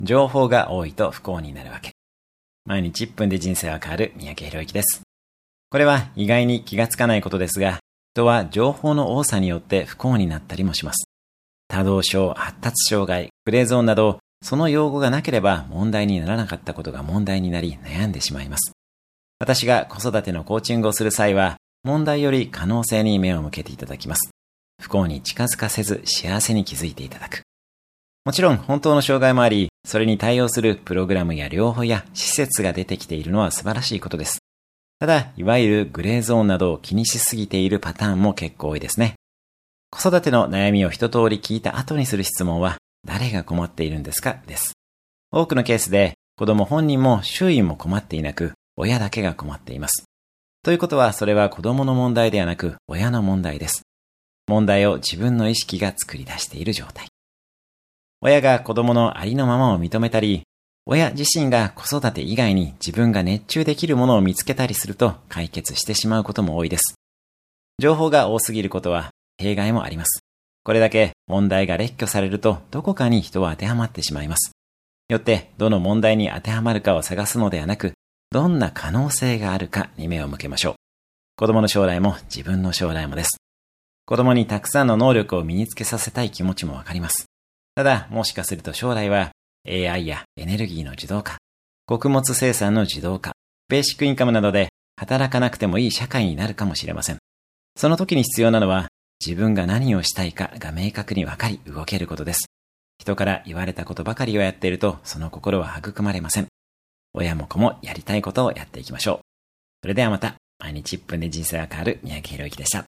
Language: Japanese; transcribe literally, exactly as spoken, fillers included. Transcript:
情報が多いと不幸になるわけ。毎日いっぷんで人生は変わる三宅宏之です。これは意外に気がつかないことですが、人は情報の多さによって不幸になったりもします。多動症、発達障害、グレーゾーンなど、その用語がなければ問題にならなかったことが問題になり悩んでしまいます。私が子育てのコーチングをする際は、問題より可能性に目を向けていただきます。不幸に近づかせず幸せに気づいていただく。もちろん本当の障害もあり、それに対応するプログラムや療法や施設が出てきているのは素晴らしいことです。ただ、いわゆるグレーゾーンなどを気にしすぎているパターンも結構多いですね。子育ての悩みを一通り聞いた後にする質問は、誰が困っているんですかです。多くのケースで子供本人も周囲も困っていなく、親だけが困っています。ということは、それは子供の問題ではなく親の問題です。問題を自分の意識が作り出している状態。親が子供のありのままを認めたり、親自身が子育て以外に自分が熱中できるものを見つけたりすると解決してしまうことも多いです。情報が多すぎることは弊害もあります。これだけ問題が列挙されるとどこかに人は当てはまってしまいます。よってどの問題に当てはまるかを探すのではなく、どんな可能性があるかに目を向けましょう。子供の将来も自分の将来もです。子供にたくさんの能力を身につけさせたい気持ちもわかります。ただ、もしかすると将来は エーアイ やエネルギーの自動化、穀物生産の自動化、ベーシックインカムなどで働かなくてもいい社会になるかもしれません。その時に必要なのは、自分が何をしたいかが明確に分かり動けることです。人から言われたことばかりをやっていると、その心は育まれません。親も子もやりたいことをやっていきましょう。それではまた、毎日いっぷんで人生が変わる三宅宏之でした。